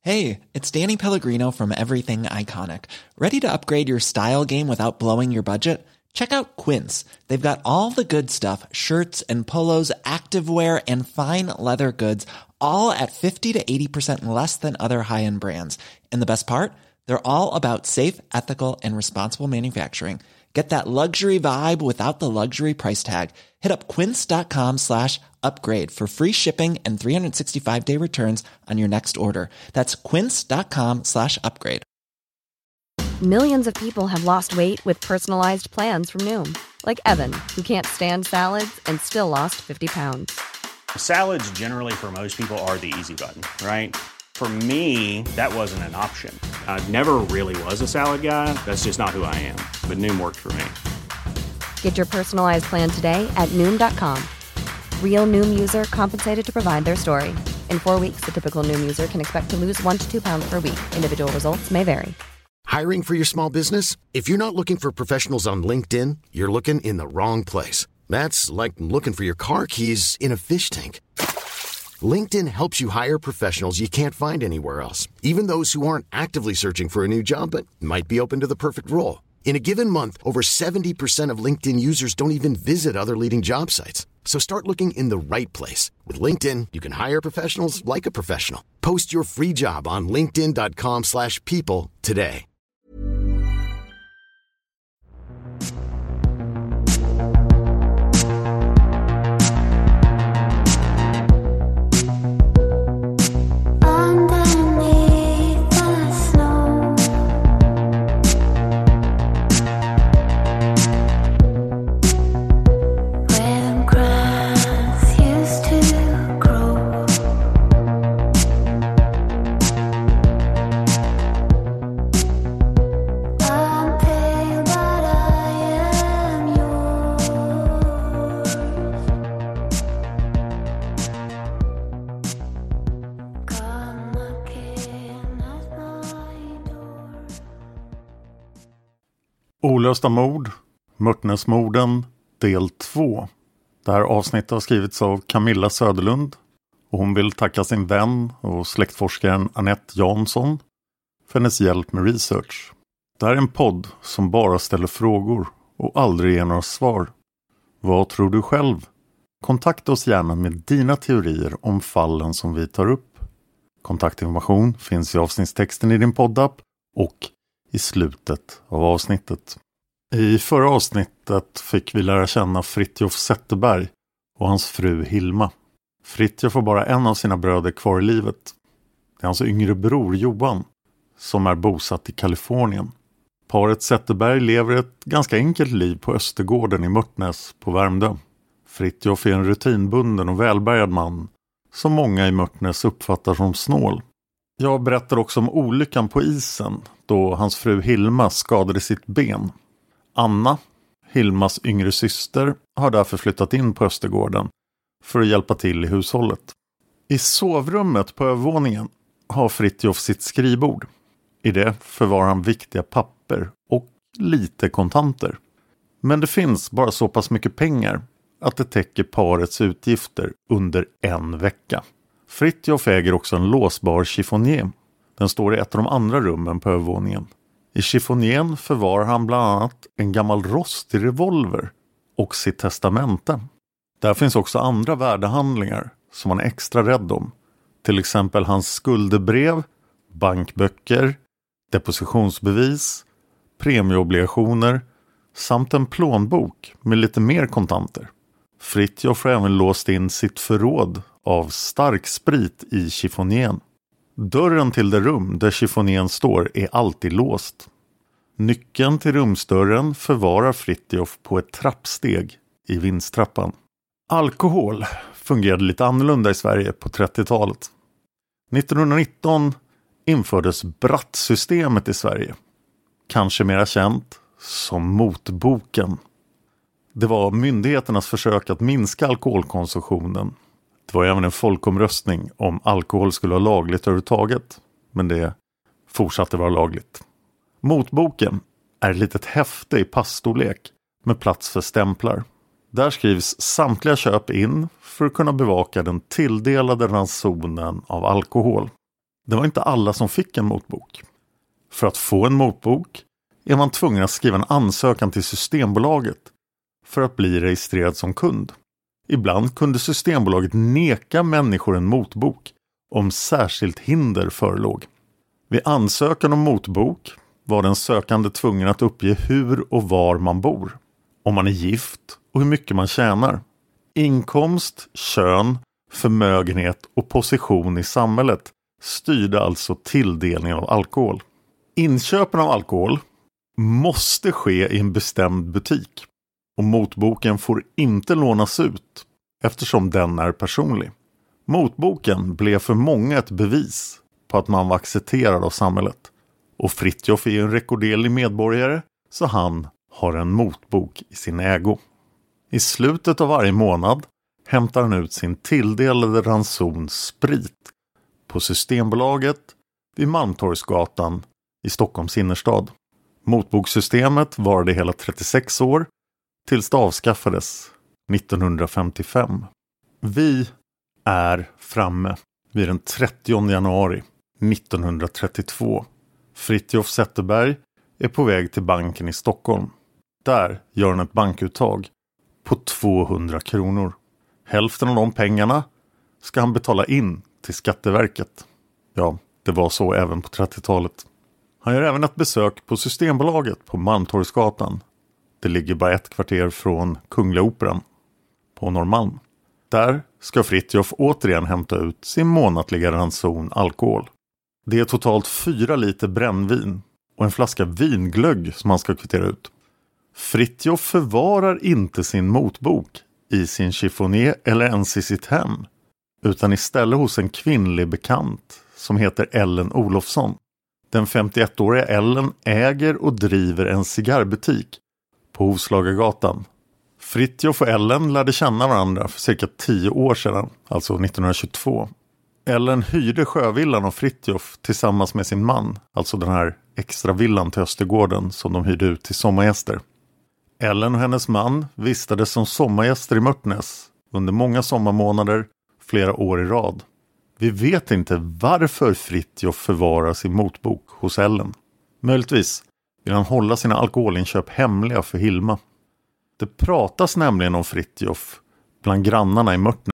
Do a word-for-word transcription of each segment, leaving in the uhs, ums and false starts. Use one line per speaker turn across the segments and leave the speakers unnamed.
Hey, it's Danny Pellegrino from Everything Iconic. Ready to upgrade your style game without blowing your budget? Check out Quince. They've got all the good stuff, shirts and polos, activewear, and fine leather goods, all at fifty to eighty percent less than other high-end brands. And the best part? They're all about safe, ethical, and responsible manufacturing. Get that luxury vibe without the luxury price tag. Hit up quince.com slash upgrade for free shipping and three sixty-five day returns on your next order. That's quince.com slash upgrade.
Millions of people have lost weight with personalized plans from Noom. Like Evan, who can't stand salads and still lost fifty pounds.
Salads generally for most people are the easy button, right? For me, that wasn't an option. I never really was a salad guy. That's just not who I am. But Noom worked for me.
Get your personalized plan today at Noom dot com. Real Noom user compensated to provide their story. In four weeks, the typical Noom user can expect to lose one to two pounds per week. Individual results may vary.
Hiring for your small business? If you're not looking for professionals on LinkedIn, you're looking in the wrong place. That's like looking for your car keys in a fish tank. LinkedIn helps you hire professionals you can't find anywhere else, even those who aren't actively searching for a new job but might be open to the perfect role. In a given month, over seventy percent of LinkedIn users don't even visit other leading job sites. So start looking in the right place. With LinkedIn, you can hire professionals like a professional. Post your free job on linkedin.com slash people today.
Olösta mord, Mörtnäsmorden, del två. Det här avsnittet har skrivits av Camilla Söderlund och hon vill tacka sin vän och släktforskaren Annette Jansson för hennes hjälp med research. Det här är en podd som bara ställer frågor och aldrig ger några svar. Vad tror du själv? Kontakta oss gärna med dina teorier om fallen som vi tar upp. Kontaktinformation finns i avsnittstexten i din poddapp och i slutet av avsnittet. I förra avsnittet fick vi lära känna Fritjof Zetterberg och hans fru Hilma. Fritjof har bara en av sina bröder kvar i livet. Det är hans yngre bror Johan som är bosatt i Kalifornien. Paret Zetterberg lever ett ganska enkelt liv på Östergården i Mörtnäs på Värmdö. Fritjof är en rutinbunden och välbärgad man som många i Mörtnäs uppfattar som snål. Jag berättar också om olyckan på isen då hans fru Hilma skadade sitt ben. Anna, Hilmas yngre syster, har därför flyttat in på Östergården för att hjälpa till i hushållet. I sovrummet på övervåningen har Fritjof sitt skrivbord. I det förvarar han viktiga papper och lite kontanter. Men det finns bara så pass mycket pengar att det täcker parets utgifter under en vecka. Fritjof äger också en låsbar chiffonier. Den står i ett av de andra rummen på övervåningen. I chiffonieren förvarar han bland annat en gammal rostig revolver och sitt testamente. Där finns också andra värdehandlingar som han är extra rädd om. Till exempel hans skuldebrev, bankböcker, depositionsbevis, premieobligationer samt en plånbok med lite mer kontanter. Fritjof har även låst in sitt förråd av stark sprit i chiffonieren. Dörren till det rum där chiffonieren står är alltid låst. Nyckeln till rumsdörren förvarar Fritjof på ett trappsteg i vindstrappan. Alkohol fungerade lite annorlunda i Sverige på trettiotalet. nittonhundranitton infördes Bratt-systemet i Sverige. Kanske mera känt som motboken. Det var myndigheternas försök att minska alkoholkonsumtionen. Det var även en folkomröstning om alkohol skulle vara lagligt överhuvudtaget. Men det fortsatte vara lagligt. Motboken är ett litet häfte i passstorlek med plats för stämplar. Där skrivs samtliga köp in för att kunna bevaka den tilldelade ransonen av alkohol. Det var inte alla som fick en motbok. För att få en motbok är man tvungen att skriva en ansökan till Systembolaget för att bli registrerad som kund. Ibland kunde Systembolaget neka människor en motbok om särskilt hinder förelåg. Vid ansökan om motbok var den sökande tvungen att uppge hur och var man bor, om man är gift och hur mycket man tjänar. Inkomst, kön, förmögenhet och position i samhället styrde alltså tilldelningen av alkohol. Inköpen av alkohol måste ske i en bestämd butik och motboken får inte lånas ut eftersom den är personlig. Motboken blev för många ett bevis på att man var accepterad av samhället. Och Fritiof är en rekorderlig medborgare så han har en motbok i sin ägo. I slutet av varje månad hämtar han ut sin tilldelade ranson sprit på Systembolaget vid Malmtorgsgatan i Stockholms innerstad. Motbokssystemet varade hela trettiosex år tills det avskaffades nittonhundrafemtiofem. Vi är framme vid den trettionde januari nittonhundratrettiotvå. Fritiof Zetterberg är på väg till banken i Stockholm. Där gör han ett bankuttag på tvåhundra kronor. Hälften av de pengarna ska han betala in till Skatteverket. Ja, det var så även på trettiotalet. Han gör även ett besök på Systembolaget på Malmtorgsgatan. Det ligger bara ett kvarter från Kungliga Operan på Norrmalm. Där ska Fritiof återigen hämta ut sin månatliga ranson alkohol. Det är totalt fyra liter brännvin och en flaska vinglögg som han ska kvittera ut. Fritiof förvarar inte sin motbok i sin chiffonier eller ens i sitt hem, utan istället hos en kvinnlig bekant som heter Ellen Olofsson. Den femtioettåriga Ellen äger och driver en cigarrbutik på Hovslagagatan. Fritiof och Ellen lärde känna varandra för cirka tio år sedan, alltså nittonhundratjugotvå. Ellen hyrde Sjövillan av Fritiof tillsammans med sin man, alltså den här extra villan till Östergården som de hyrde ut till sommargäster. Ellen och hennes man vistades som sommargäster i Mörtnäs under många sommarmånader, flera år i rad. Vi vet inte varför Fritiof förvarar sin motbok hos Ellen. Möjligtvis vill han hålla sina alkoholinköp hemliga för Hilma. Det pratas nämligen om Fritiof bland grannarna i Mörtnäs.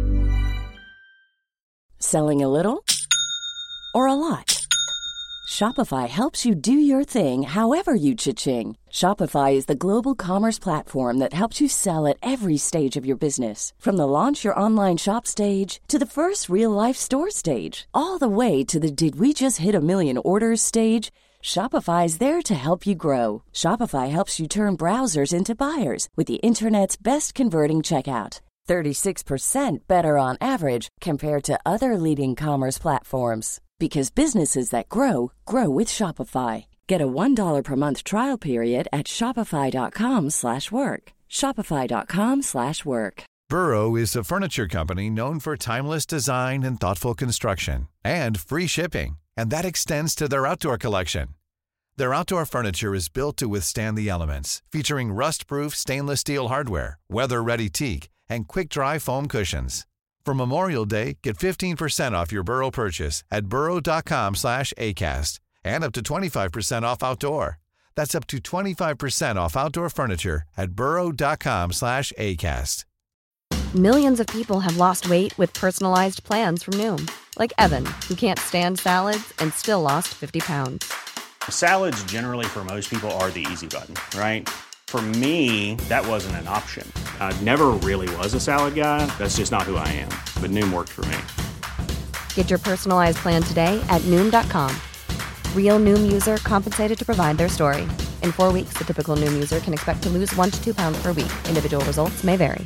Selling a little or a lot? Shopify helps you do your thing however you cha-ching. Shopify is the global commerce platform that helps you sell at every stage of your business. From the launch your online shop stage to the first real-life store stage, all the way to the did we just hit a million orders stage. Shopify is there to help you grow. Shopify helps you turn browsers into buyers with the internet's best converting checkout. thirty-six percent better on average compared to other leading commerce platforms. Because businesses that grow, grow with Shopify. Get a one dollar per month trial period at shopify.com slash work. Shopify.com slash work.
Burrow is a furniture company known for timeless design and thoughtful construction and free shipping. And that extends to their outdoor collection. Their outdoor furniture is built to withstand the elements, featuring rust-proof stainless steel hardware, weather-ready teak, and quick-dry foam cushions. For Memorial Day, get fifteen percent off your Burrow purchase at burrow.com slash ACAST and up to twenty-five percent off outdoor. That's up to twenty-five percent off outdoor furniture at burrow.com slash ACAST.
Millions of people have lost weight with personalized plans from Noom. Like Evan, who can't stand salads and still lost fifty pounds.
Salads generally for most people are the easy button, right? For me, that wasn't an option. I never really was a salad guy. That's just not who I am. But Noom worked for me.
Get your personalized plan today at Noom dot com. Real Noom user compensated to provide their story. In four weeks, the typical Noom user can expect to lose one to two pounds per week. Individual results may vary.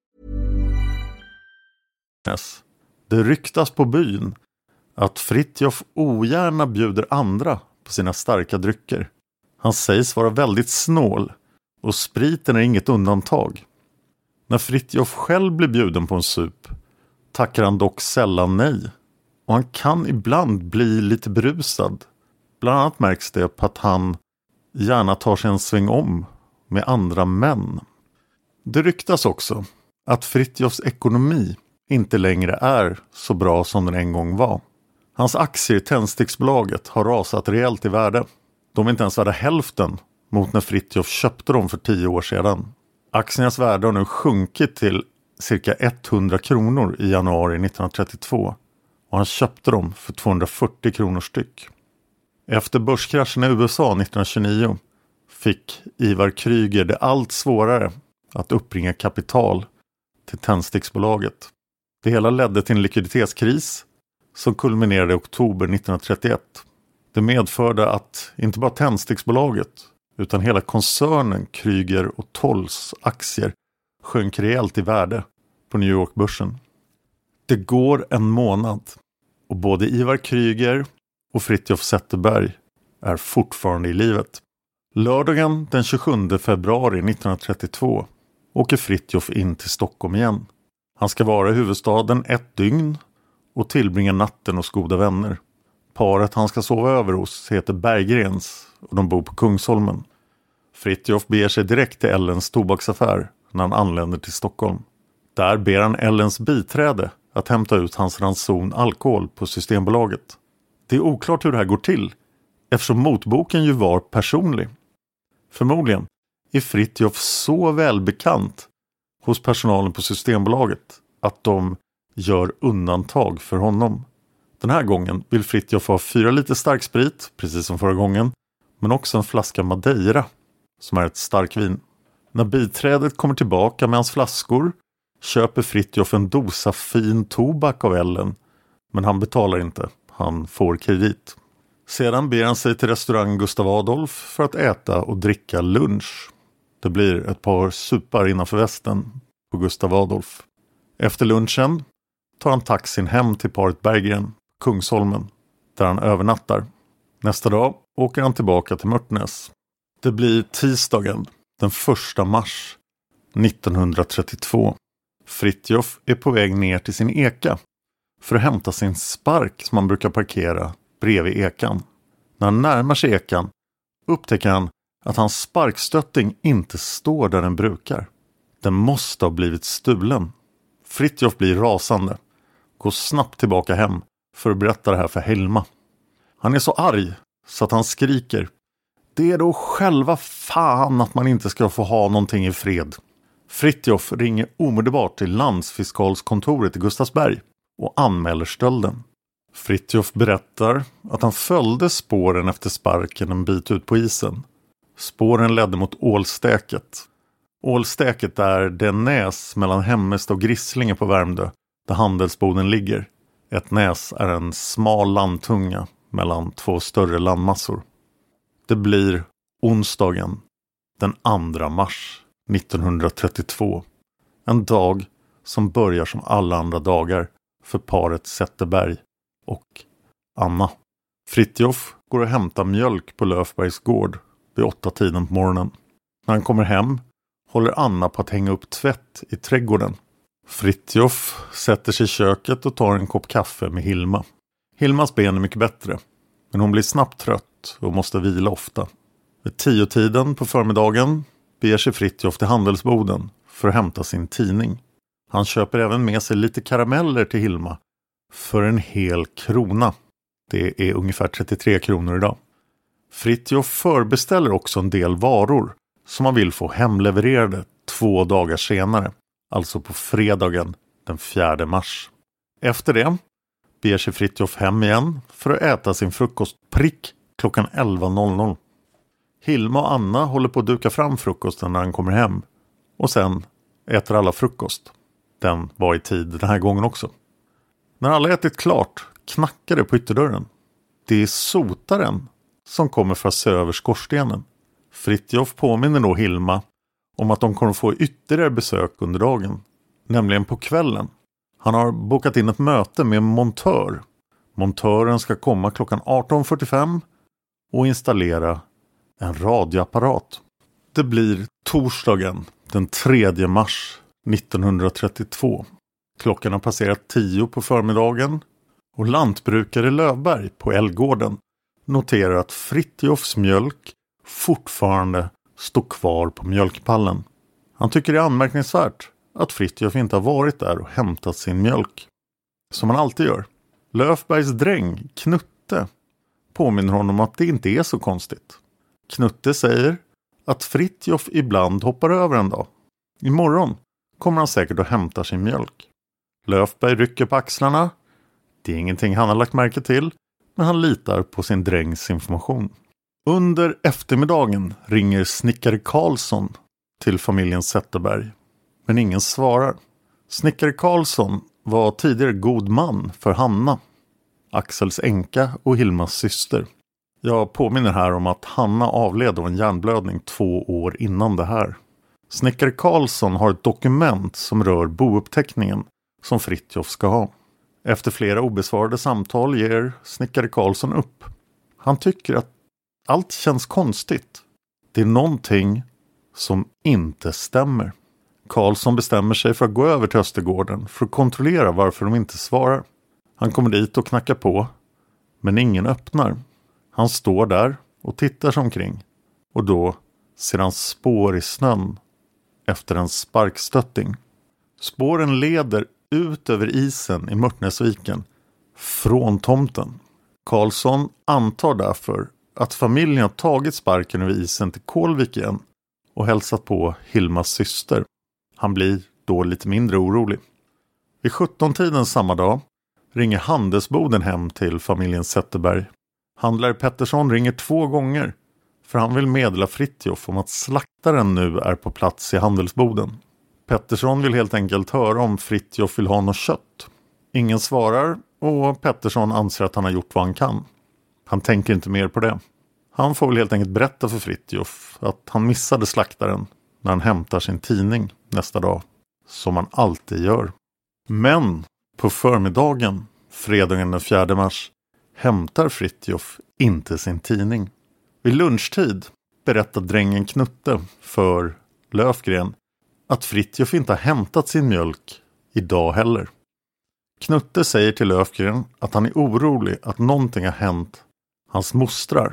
Det ryktas på byn att Fritiof ogärna bjuder andra på sina starka drycker. Han sägs vara väldigt snål och spriten är inget undantag. När Fritiof själv blir bjuden på en sup tackar han dock sällan nej. Och han kan ibland bli lite berusad. Bland annat märks det på att han gärna tar sig en sväng om med andra män. Det ryktas också att Fritjofs ekonomi inte längre är så bra som den en gång var. Hans aktier i Tändsticksbolaget har rasat rejält i värde. De är inte ens värda hälften mot när Fritiof köpte dem för tio år sedan. Aktiernas värde har nu sjunkit till cirka hundra kronor i januari nittonhundratrettiotvå och han köpte dem för tvåhundrafyrtio kronor styck. Efter börskraschen i U S A nittonhundratjugonio fick Ivar Kreuger det allt svårare att uppbringa kapital till Tändsticksbolaget. Det hela ledde till en likviditetskris som kulminerade i oktober nittonhundratrettioett. Det medförde att inte bara Tändsticksbolaget utan hela koncernen Kreuger och Tolls aktier sjönk rejält i värde på New York-börsen. Det går en månad och både Ivar Kreuger och Fritiof Zetterberg är fortfarande i livet. Lördagen den tjugosjunde februari nittonhundratrettiotvå åker Fritiof in till Stockholm igen. Han ska vara i huvudstaden ett dygn och tillbringa natten hos goda vänner. Paret han ska sova över hos heter Berggrens och de bor på Kungsholmen. Fritiof beger sig direkt till Ellens tobaksaffär när han anländer till Stockholm. Där ber han Ellens biträde att hämta ut hans ranson alkohol på Systembolaget. Det är oklart hur det här går till eftersom motboken ju var personlig. Förmodligen är Fritiof så välbekant hos personalen på Systembolaget att de gör undantag för honom. Den här gången vill Fritiof ha fyra liter starksprit, precis som förra gången, men också en flaska Madeira, som är ett starkvin. När biträdet kommer tillbaka med hans flaskor köper Fritiof en dosa fin tobak av Ellen, men han betalar inte, han får kredit. Sedan ber han sig till restaurang Gustav Adolf för att äta och dricka lunch. Det blir ett par supar innanför västen på Gustav Adolf. Efter lunchen tar han taxin hem till paret Berggren, Kungsholmen, där han övernattar. Nästa dag åker han tillbaka till Mörtnäs. Det blir tisdagen den första mars nittonhundratrettiotvå. Fritiof är på väg ner till sin eka för att hämta sin spark som han brukar parkera bredvid ekan. När han närmar sig ekan upptäcker han att hans sparkstötting inte står där den brukar. Den måste ha blivit stulen. Fritiof blir rasande. Går snabbt tillbaka hem för att berätta det här för Helma. Han är så arg så att han skriker: "Det är då själva fan att man inte ska få ha någonting i fred." Fritiof ringer omedelbart till landsfiskalskontoret i Gustavsberg och anmäler stölden. Fritiof berättar att han följde spåren efter sparken en bit ut på isen. Spåren ledde mot Ålstäket. Ålstäket är den näs mellan Hemmest och Grisslinge på Värmdö, där handelsboden ligger. Ett näs är en smal landtunga mellan två större landmassor. Det blir onsdagen den andra mars nittonhundratrettiotvå. En dag som börjar som alla andra dagar för paret Zetterberg och Anna. Fritiof går och hämtar mjölk på Löfbergs gård vid åtta tiden på morgonen. När han kommer hem håller Anna på att hänga upp tvätt i trädgården. Fritiof sätter sig i köket och tar en kopp kaffe med Hilma. Hilmas ben är mycket bättre, men hon blir snabbt trött och måste vila ofta. Vid tio tiden på förmiddagen beger sig Fritiof till handelsboden för att hämta sin tidning. Han köper även med sig lite karameller till Hilma för en hel krona. Det är ungefär trettiotre kronor idag. Fritiof förbeställer också en del varor som han vill få hemlevererade två dagar senare, alltså på fredagen den fjärde mars. Efter det beger sig Fritiof hem igen för att äta sin frukost prick klockan elva. Hilma och Anna håller på att duka fram frukosten när han kommer hem och sen äter alla frukost. Den var i tid den här gången också. När alla ätit klart knackar det på ytterdörren. Det är sotaren som kommer för att se över skorstenen. Fritiof påminner då Hilma om att de kommer få ytterligare besök under dagen, nämligen på kvällen. Han har bokat in ett möte med en montör. Montören ska komma klockan arton fyrtiofem och installera en radioapparat. Det blir torsdagen den tredje mars nittonhundratrettiotvå. Klockan har passerat tio på förmiddagen och lantbrukare Lövberg på Älgården noterar att Fritjofs mjölk fortfarande står kvar på mjölkpallen. Han tycker det är anmärkningsvärt att Fritjof inte har varit där och hämtat sin mjölk, som han alltid gör. Löfbergs dräng, Knutte, påminner honom att det inte är så konstigt. Knutte säger att Fritjof ibland hoppar över en dag. Imorgon kommer han säkert att hämta sin mjölk. Löfberg rycker på axlarna. Det är ingenting han har lagt märke till, men han litar på sin drängs information. Under eftermiddagen ringer snickare Karlsson till familjen Zetterberg, men ingen svarar. Snickare Karlsson var tidigare god man för Hanna, Axels änka och Hilmas syster. Jag påminner här om att Hanna avled av en hjärnblödning två år innan det här. Snickare Karlsson har ett dokument som rör bouppteckningen som Fritjof ska ha. Efter flera obesvarade samtal ger snickare Karlsson upp. Han tycker att allt känns konstigt. Det är någonting som inte stämmer. Karlsson bestämmer sig för att gå över till Östergården för att kontrollera varför de inte svarar. Han kommer dit och knackar på, men ingen öppnar. Han står där och tittar sig omkring. Och då ser han spår i snön efter en sparkstötting. Spåren leder ut över isen i Mörtnäsviken från tomten. Karlsson antar därför att familjen har tagit sparken över isen till Kålvik igen och hälsat på Hilmas syster. Han blir då lite mindre orolig. Vid sjutton-tiden samma dag ringer handelsboden hem till familjen Zetterberg. Handlare Pettersson ringer två gånger för han vill meddela Fritjof om att slaktaren nu är på plats i handelsboden. Pettersson vill helt enkelt höra om Fritjof vill ha något kött. Ingen svarar och Pettersson anser att han har gjort vad han kan. Han tänker inte mer på det. Han får väl helt enkelt berätta för Fritjof att han missade slaktaren när han hämtar sin tidning nästa dag, som han alltid gör. Men på förmiddagen, fredagen den fjärde mars, hämtar Fritjof inte sin tidning. Vid lunchtid berättar drängen Knutte för Löfgren att Fritjof inte har hämtat sin mjölk idag heller. Knutte säger till Löfgren att han är orolig att någonting har hänt hans mostrar.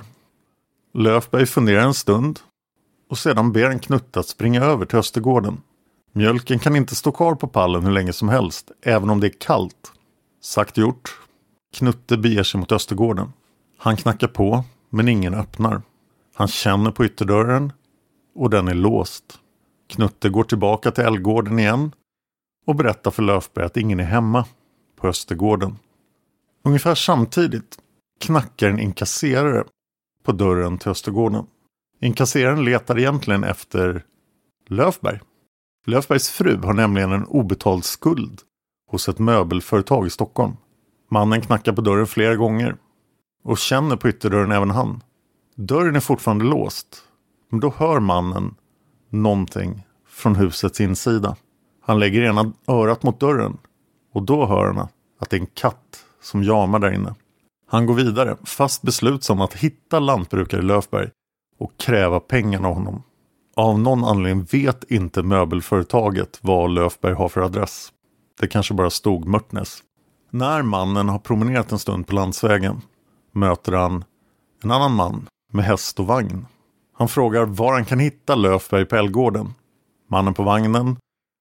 Löfberg funderar en stund och sedan ber han Knutte att springa över till Östergården. Mjölken kan inte stå kvar på pallen hur länge som helst, även om det är kallt. Sagt gjort. Knutte beger sig mot Östergården. Han knackar på, men ingen öppnar. Han känner på ytterdörren och den är låst. Knutte går tillbaka till Älvgården igen och berättar för Löfberg att ingen är hemma på Östergården. Ungefär samtidigt knackar en inkasserare på dörren till Östergården. Inkasseraren letar egentligen efter Löfberg. Löfbergs fru har nämligen en obetald skuld hos ett möbelföretag i Stockholm. Mannen knackar på dörren flera gånger och känner på ytterdörren även han. Dörren är fortfarande låst, men då hör mannen någonting från husets insida. Han lägger ena örat mot dörren och då hör han att det är en katt som jamar där inne. Han går vidare, fast beslutsam att hitta lantbrukare Löfberg och kräva pengarna av honom. Av någon anledning vet inte möbelföretaget vad Löfberg har för adress. Det kanske bara stod Mörtnäs. När mannen har promenerat en stund på landsvägen möter han en annan man med häst och vagn. Han frågar var han kan hitta Löfberg på Älvgården. Mannen på vagnen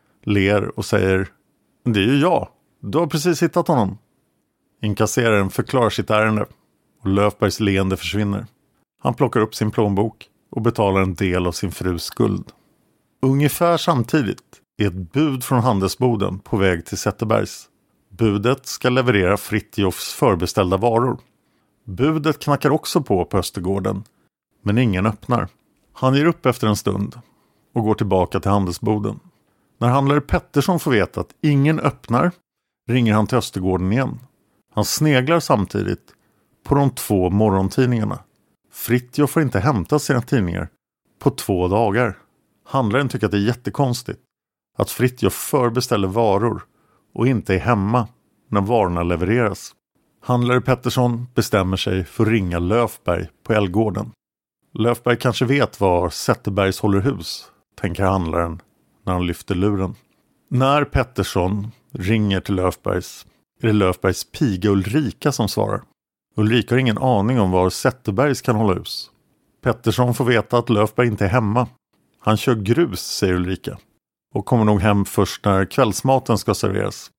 ler och säger: det är ju jag, du har precis hittat honom. Inkasseraren förklarar sitt ärende och Löfbergs leende försvinner. Han plockar upp sin plånbok och betalar en del av sin frus skuld. Ungefär samtidigt är ett bud från handelsboden på väg till Zetterbergs. Budet ska leverera Fritjofs förbeställda varor. Budet knackar också på på Östergården, men ingen öppnar. Han ger upp efter en stund och går tillbaka till handelsboden. När handlare Pettersson får veta att ingen öppnar ringer han till Östergården igen. Han sneglar samtidigt på de två morgontidningarna. Fritjof får inte hämta sina tidningar på två dagar. Handlaren tycker att det är jättekonstigt att Fritjof förbeställer varor och inte är hemma när varorna levereras. Handlare Pettersson bestämmer sig för att ringa Löfberg på Älvgården. Löfberg kanske vet var Zetterbergs håller hus, tänker handlaren när han lyfter luren. När Pettersson ringer till Löfbergs är det Löfbergs piga Ulrika som svarar. Ulrika har ingen aning om var Zetterbergs kan hålla hus. Pettersson får veta att Löfberg inte är hemma. Han kör grus, säger Ulrika, och kommer nog hem först när kvällsmaten ska serveras.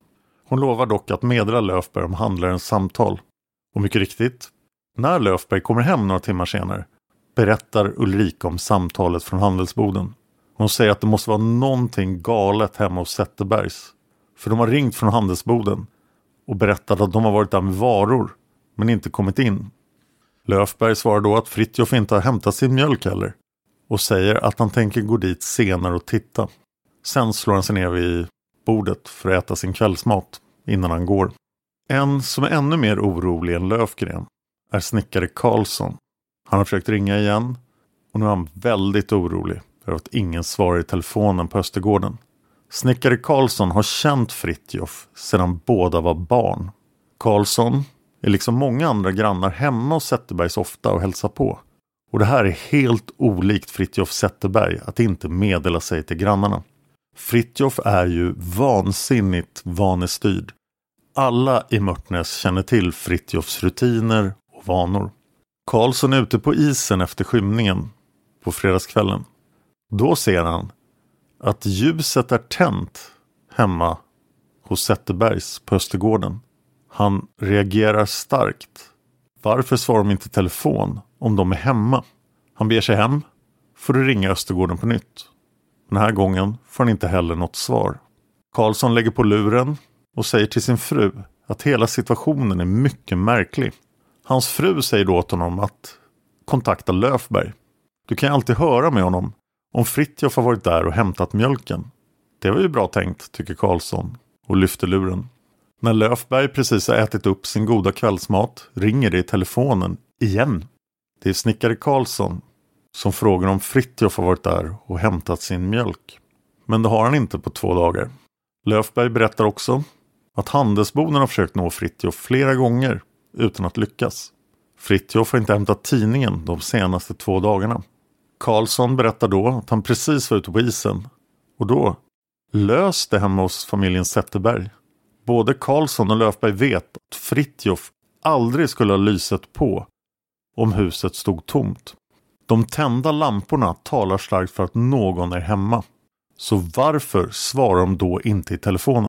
Hon lovar dock att meddela Löfberg om handlarens samtal. Och mycket riktigt, när Löfberg kommer hem några timmar senare berättar Ulrika om samtalet från handelsboden. Hon säger att det måste vara någonting galet hemma hos Zetterbergs. För de har ringt från handelsboden och berättat att de har varit där med varor men inte kommit in. Löfberg svarar då att Fritjof inte har hämtat sin mjölk heller och säger att han tänker gå dit senare och titta. Sen slår han sig ner vid bordet för att äta sin kvällsmat innan han går. En som är ännu mer orolig än Löfgren är snickare Karlsson. Han har försökt ringa igen och nu är han väldigt orolig för att ingen svarar i telefonen på Östergården. Snickare Karlsson har känt Fritjof sedan båda var barn. Karlsson är liksom många andra grannar hemma hos Zetterbergs ofta och hälsar på. Och det här är helt olikt Fritjof Zetterberg att inte meddela sig till grannarna. Fritjof är ju vansinnigt vanestyrd. Alla i Mörtnäs känner till Fritjofs rutiner och vanor. Karlsson är ute på isen efter skymningen på fredagskvällen. Då ser han att ljuset är tänt hemma hos Zetterbergs på Östergården. Han reagerar starkt. Varför svarar de inte i telefon om de är hemma? Han ber sig hem för att ringa Östergården på nytt. Den här gången får han inte heller något svar. Karlsson lägger på luren och säger till sin fru att hela situationen är mycket märklig. Hans fru säger då åt honom att kontakta Löfberg. Du kan alltid höra med honom om Fritjof har varit där och hämtat mjölken. Det var ju bra tänkt, tycker Karlsson och lyfter luren. När Löfberg precis har ätit upp sin goda kvällsmat ringer det i telefonen igen. Det är snickare Karlsson som frågar om Fritjof har varit där och hämtat sin mjölk. Men det har han inte på två dagar. Löfberg berättar också att handelsboden har försökt nå Fritjof flera gånger utan att lyckas. Fritjof har inte hämtat tidningen de senaste två dagarna. Karlsson berättar då att han precis var ute på isen och då löste hemma hos familjen Zetterberg. Både Karlsson och Löfberg vet att Fritjof aldrig skulle ha lyset på om huset stod tomt. De tända lamporna talar starkt för att någon är hemma. Så varför svarar de då inte i telefonen?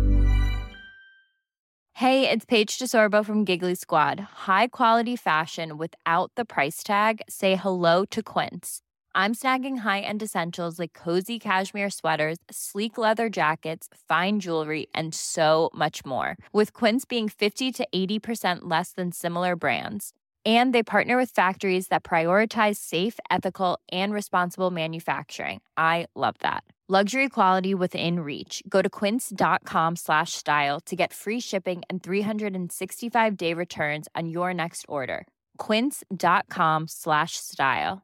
Hey, it's Paige DeSorbo from Giggly Squad. High quality fashion without the price tag. Say hello to Quince. I'm snagging high-end essentials like cozy cashmere sweaters, sleek leather jackets, fine jewelry, and so much more. With Quince being fifty to eighty percent less than similar brands. And they partner with factories that prioritize safe, ethical, and responsible manufacturing. I love that. Luxury quality within reach. Go to quince.com slash style to get free shipping and three sixty-five day returns on your next order. Quince.com slash style.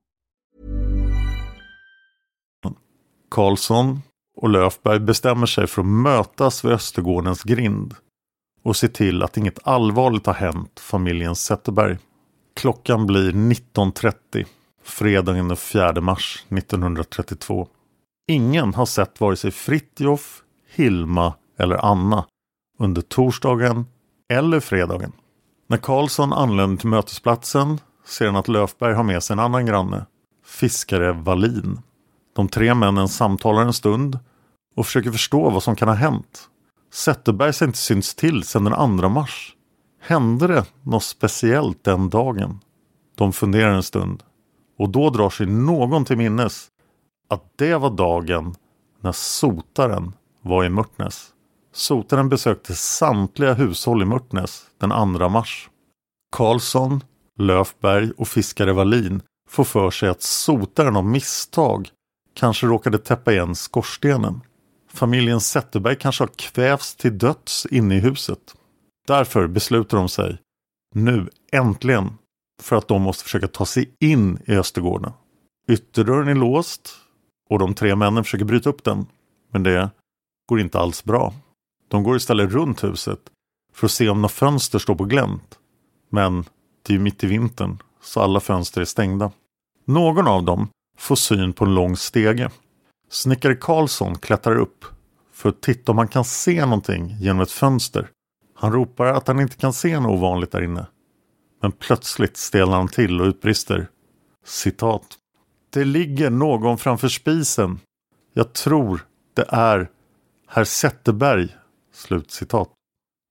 Karlsson och Löfberg bestämmer sig för att mötas vid Östergårdens grind och se till att inget allvarligt har hänt familjen Zetterberg. Klockan blir nitton trettio, fredagen den fjärde mars nittonhundratrettiotvå. Ingen har sett vare sig Fritjof, Hilma eller Anna under torsdagen eller fredagen. När Karlsson anländer till mötesplatsen ser han att Löfberg har med sig en annan granne, fiskare Wallin. De tre männen samtalar en stund och försöker förstå vad som kan ha hänt. Zetterberg har inte synts till sedan den andra mars. Hände det något speciellt den dagen? De funderar en stund och då drar sig någon till minnes att det var dagen när sotaren var i Mörtnäs. Sotaren besökte samtliga hushåll i Mörtnäs den andra mars. Karlsson, Löfberg och fiskare Wallin får för sig att sotaren av misstag kanske råkade täppa igen skorstenen. Familjen Zetterberg kanske har kvävs till döds inne i huset. Därför beslutar de sig nu äntligen för att de måste försöka ta sig in i Östergården. Ytterdörren är låst och de tre männen försöker bryta upp den. Men det går inte alls bra. De går istället runt huset för att se om några fönster står på glänt. Men det är ju mitt i vintern så alla fönster är stängda. Någon av dem får syn på en lång stege. Snickare Karlsson klättrar upp för att titta om han kan se någonting genom ett fönster. Han ropar att han inte kan se något ovanligt där inne. Men plötsligt stelnar han till och utbrister. Citat. Det ligger någon framför spisen. Jag tror det är herr Zetterberg. Slut citat.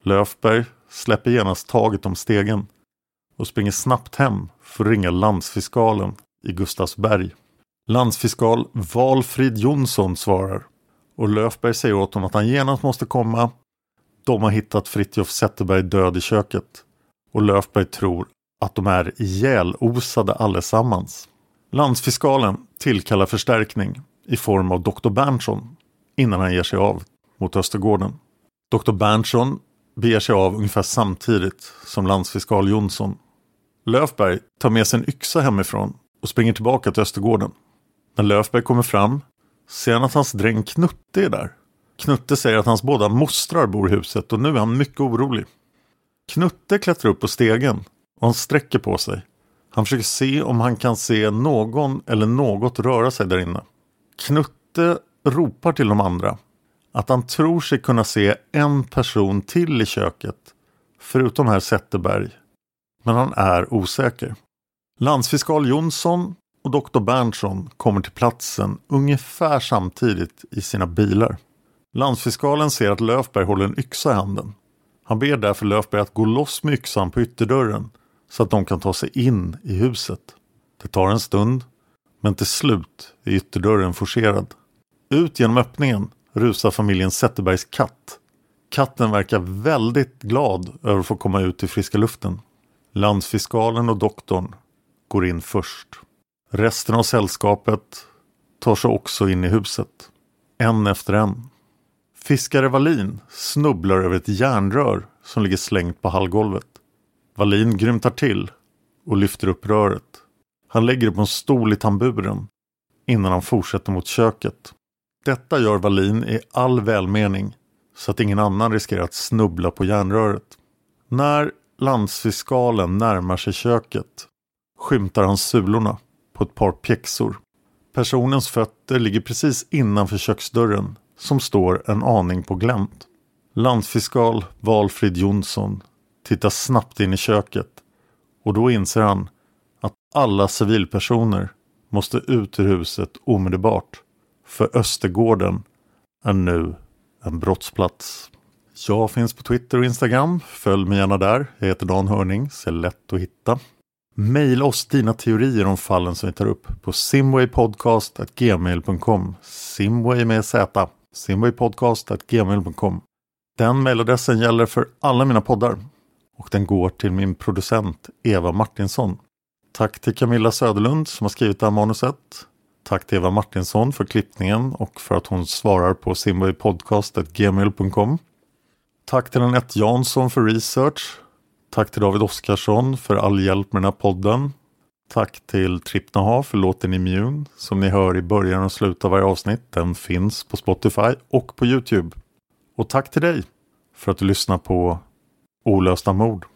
Löfberg släpper genast taget om stegen och springer snabbt hem för att ringa landsfiskalen i Gustavsberg. Landsfiskal Valfrid Jonsson svarar och Löfberg säger åt honom att han genast måste komma. De har hittat Fritjof Zetterberg död i köket och Löfberg tror att de är ihjälosade allesammans. Landsfiskalen tillkallar förstärkning i form av doktor Berntsson innan han ger sig av mot Östergården. doktor Berntsson beger sig av ungefär samtidigt som landsfiskal Jonsson. Löfberg tar med sig en yxa hemifrån och springer tillbaka till Östergården. När Löfberg kommer fram ser han att hans dräng Knutte är där. Knutte säger att hans båda mostrar bor i huset och nu är han mycket orolig. Knutte klättrar upp på stegen och han sträcker på sig. Han försöker se om han kan se någon eller något röra sig där inne. Knutte ropar till de andra att han tror sig kunna se en person till i köket förutom herr Zetterberg. Men han är osäker. Landsfiskal Jonsson och doktor Berntsson kommer till platsen ungefär samtidigt i sina bilar. Landsfiskalen ser att Löfberg håller en yxa i handen. Han ber därför Löfberg att gå loss med yxan på ytterdörren så att de kan ta sig in i huset. Det tar en stund, men till slut är ytterdörren forcerad. Ut genom öppningen rusar familjen Zetterbergs katt. Katten verkar väldigt glad över att få komma ut i friska luften. Landsfiskalen och doktorn går in först. Resten av sällskapet tar sig också in i huset. En efter en. Fiskare Wallin snubblar över ett järnrör som ligger slängt på hallgolvet. Wallin grymtar till och lyfter upp röret. Han lägger det på en stol i tamburen innan han fortsätter mot köket. Detta gör Wallin i all välmening så att ingen annan riskerar att snubbla på järnröret. När landsfiskalen närmar sig köket skymtar han sulorna på ett par pjäxor. Personens fötter ligger precis innanför köksdörren som står en aning på glänt. Landsfiskal Valfrid Jonsson tittar snabbt in i köket och då inser han att alla civilpersoner måste ut ur huset omedelbart, för Östergården är nu en brottsplats. Jag finns på Twitter och Instagram, följ mig gärna där. Jag heter Dan Hörning, så är lätt att hitta. Maila oss dina teorier om fallen som vi tar upp på simwaypodcast at gmail dot com. Simway med Z. simwaypodcast at gmail dot com. Den mailadressen gäller för alla mina poddar. Och den går till min producent Eva Martinsson. Tack till Camilla Söderlund som har skrivit det här manuset. Tack till Eva Martinsson för klippningen och för att hon svarar på simwaypodcast at gmail dot com. Tack till Anette Jansson för research. Tack till David Oskarsson för all hjälp med den här podden. Tack till Trippnaha för låten Immune som ni hör i början och slutet av varje avsnitt. Den finns på Spotify och på YouTube. Och tack till dig för att du lyssnar på Olösta mord.